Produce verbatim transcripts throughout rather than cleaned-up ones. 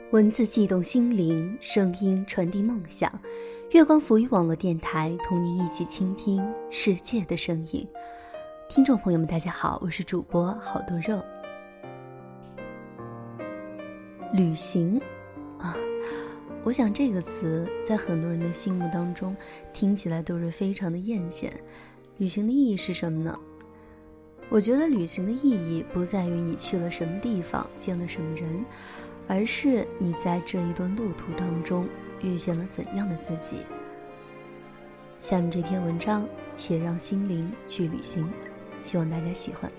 文字悸动心灵，声音传递梦想。月光浮语网络电台同您一起倾听世界的声音。听众朋友们大家好，我是主播好多肉。旅行啊，我想这个词在很多人的心目当中听起来都是非常的艳羡。旅行的意义是什么呢？我觉得旅行的意义不在于你去了什么地方，见了什么人，而是你在这一段路途当中遇见了怎样的自己。下面这篇文章，且让心灵去旅行，希望大家喜欢。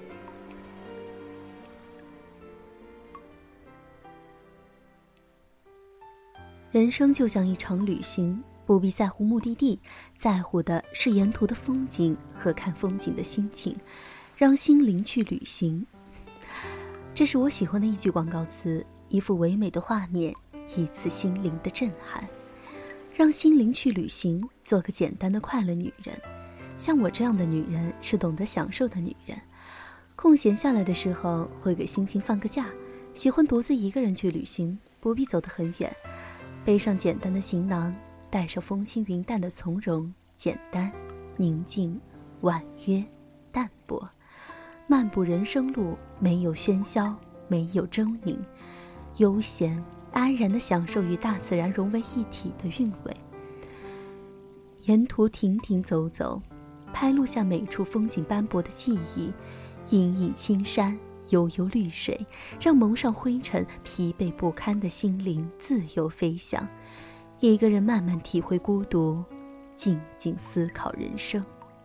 人生就像一场旅行，不必在乎目的地，在乎的是沿途的风景和看风景的心情。让心灵去旅行，这是我喜欢的一句广告词，一幅唯美的画面，一次心灵的震撼。让心灵去旅行，做个简单的快乐女人。像我这样的女人是懂得享受的女人，空闲下来的时候会给心情放个假，喜欢独自一个人去旅行，不必走得很远，背上简单的行囊，带上风轻云淡的从容，简单、宁静、婉约、淡泊。漫步人生路，没有喧嚣，没有狰狞，悠闲安然地享受与大自然融为一体的韵味。沿途停停走走，拍录下每处风景斑驳的记忆，隐隐青山，悠悠绿水，让蒙上灰尘疲惫不堪的心灵自由飞翔。一个人慢慢体会孤独，静静思考人生。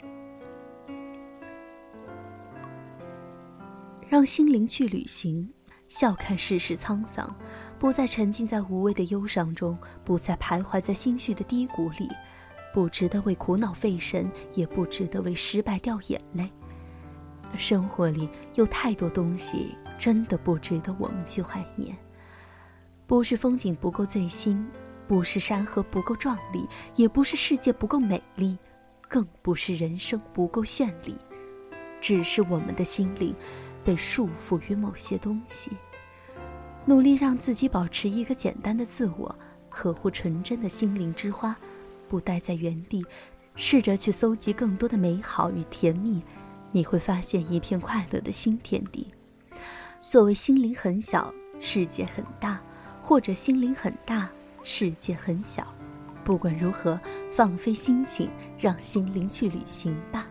让心灵去旅行，笑看世事沧桑，不再沉浸在无谓的忧伤中，不再徘徊在心绪的低谷里，不值得为苦恼费神，也不值得为失败掉眼泪。生活里有太多东西真的不值得我们去怀念，不是风景不够最新，不是山河不够壮丽，也不是世界不够美丽，更不是人生不够绚丽，只是我们的心灵被束缚于某些东西。努力让自己保持一个简单的自我，呵护纯真的心灵之花，不待在原地，试着去搜集更多的美好与甜蜜，你会发现一片快乐的新天地。所谓心灵很小，世界很大，或者心灵很大，世界很小。不管如何，放飞心情，让心灵去旅行吧。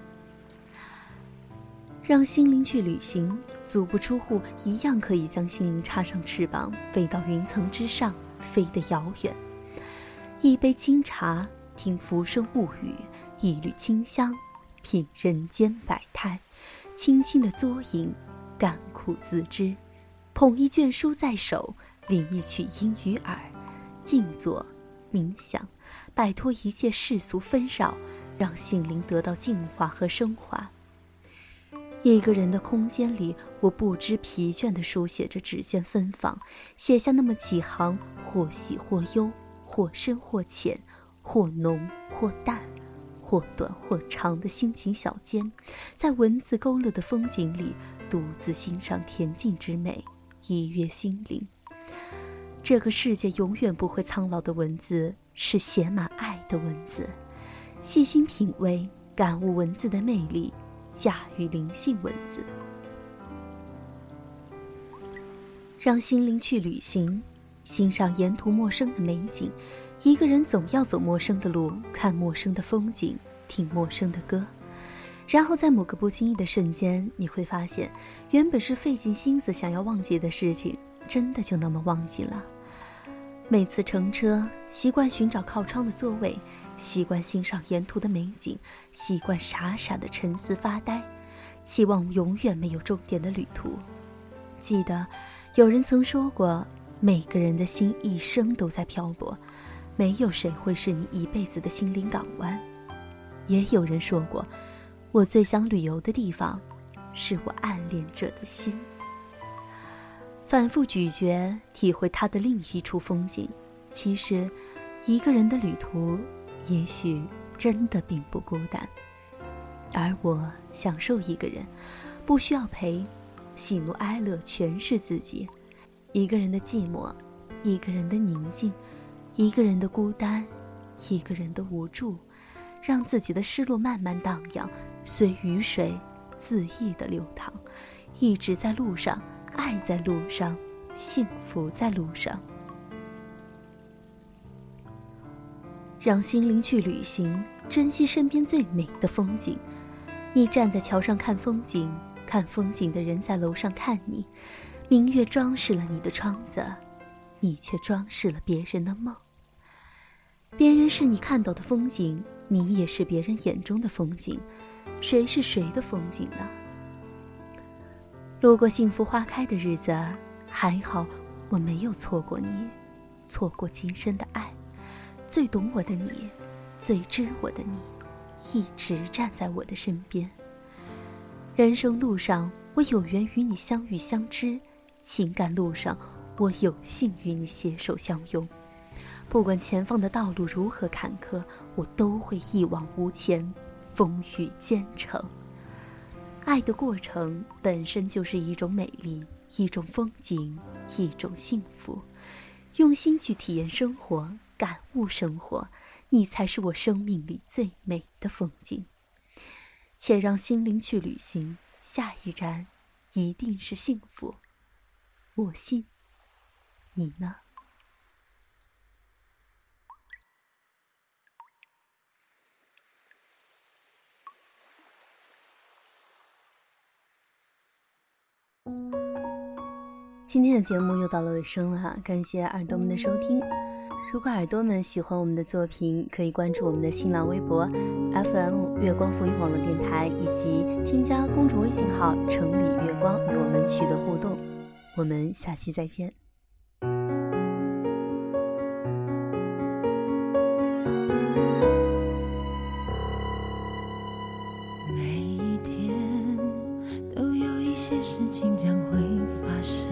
让心灵去旅行，足不出户一样可以将心灵插上翅膀，飞到云层之上，飞得遥远。一杯清茶，听浮生物语；一缕清香，品人间百态。轻轻的嘬饮，甘苦自知。捧一卷书在手，领一曲音于耳，静坐冥想，摆脱一切世俗纷扰，让心灵得到净化和升华。一个人的空间里，我不知疲倦地书写着指尖芬芳，写下那么几行，或喜或忧，或深或浅，或浓或淡，或短或长的心情小笺，在文字勾勒的风景里，独自欣赏恬静之美，愉悦心灵。这个世界永远不会苍老的文字，是写满爱的文字。细心品味，感悟文字的魅力，驾驭灵性文字。让心灵去旅行，欣赏沿途陌生的美景。一个人总要走陌生的路，看陌生的风景，听陌生的歌。然后在某个不经意的瞬间，你会发现原本是费尽心思想要忘记的事情，真的就那么忘记了。每次乘车，习惯寻找靠窗的座位，习惯欣赏沿途的美景，习惯傻傻的沉思发呆，期望永远没有终点的旅途。记得有人曾说过，每个人的心一生都在漂泊，没有谁会是你一辈子的心灵港湾。也有人说过，我最想旅游的地方，是我暗恋者的心。反复咀嚼，体会它的另一处风景。其实，一个人的旅途，也许真的并不孤单。而我享受一个人，不需要陪，喜怒哀乐全是自己。一个人的寂寞， 一个人的宁静，一个人的孤单，一个人的无助，让自己的失落慢慢荡漾，随雨水恣意的流淌，一直在路上，爱在路上，幸福在路上。让心灵去旅行，珍惜身边最美的风景。你站在桥上看风景，看风景的人在楼上看你。明月装饰了你的窗子，你却装饰了别人的梦。别人是你看到的风景，你也是别人眼中的风景，谁是谁的风景呢？路过幸福花开的日子，还好我没有错过你，错过今生的爱。最懂我的你，最知我的你，一直站在我的身边。人生路上，我有缘与你相遇相知；情感路上，我有幸与你携手相拥。不管前方的道路如何坎坷，我都会一往无前，风雨兼程。爱的过程本身就是一种美丽，一种风景，一种幸福。用心去体验生活，感悟生活，你才是我生命里最美的风景。且让心灵去旅行，下一站一定是幸福。我信，你呢？今天的节目又到了尾声了，感谢耳朵们的收听。如果耳朵们喜欢我们的作品，可以关注我们的新浪微博 F M 月光浮云网络电台，以及添加公众微信号城里月光与我们取得互动。我们下期再见。 每一天都有一些事情将会发生，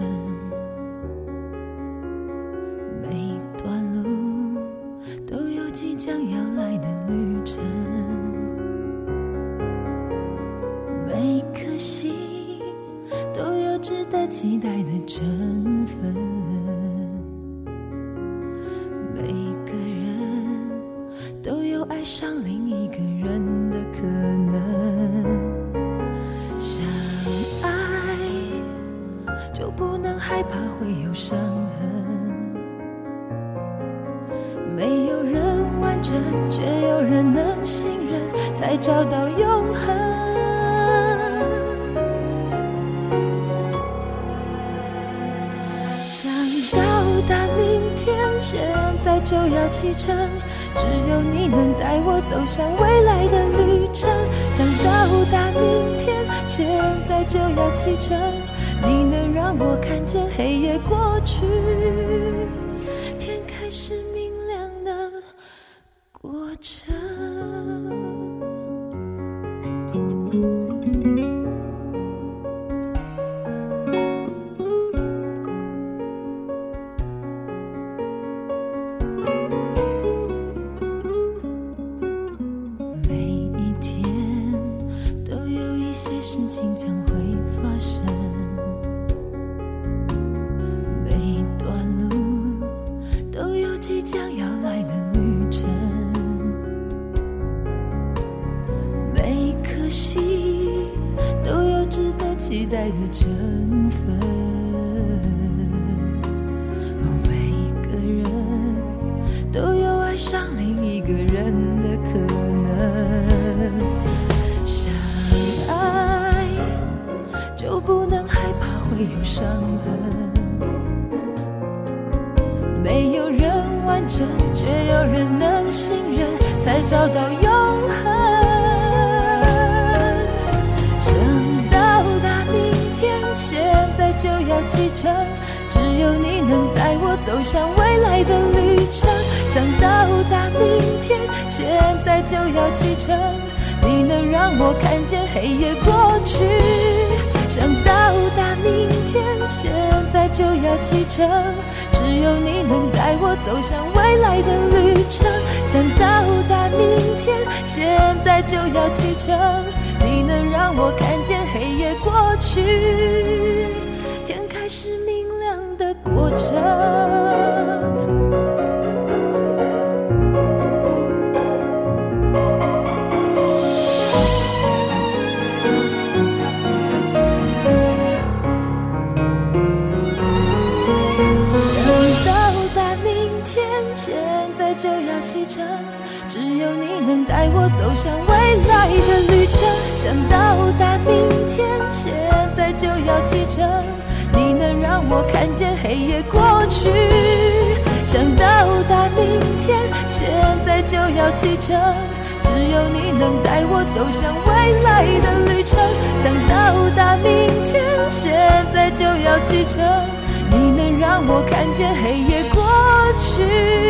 每段路都有即将要来的旅程，每颗心都有值得期待的成分，每个人都有爱上另一个人的可能。相爱就不能害怕会有伤痕，没有人完整，却有人能信任，才找到永恒。想到达明天，现在就要启程，只有你能带我走向未来的旅程。想到达明天，现在就要启程，你能让我看见黑夜过去，天开始明亮的过程。事情将会发生，每段路都有即将要来的旅程，每颗心都有值得期待的成分，每个人都有爱上另一个人的可能。就不能害怕会有伤痕，没有人完整，却有人能信任，才找到永恒。想到达明天，现在就要启程，只有你能带我走向未来的旅程。想到达明天，现在就要启程，你能让我看见黑夜过去。想到达明天，现在就要启程，只有你能带我走向未来的旅程。想到达明天，现在就要启程，你能让我看见黑夜过去，天开始明亮的过过程。就要启程，只有你能带我走向未来的旅程。想到达明天，现在就要启程，你能让我看见黑夜过去。想到达明天，现在就要启程，只有你能带我走向未来的旅程。想到达明天，现在就要启程，你能让我看见黑夜过去。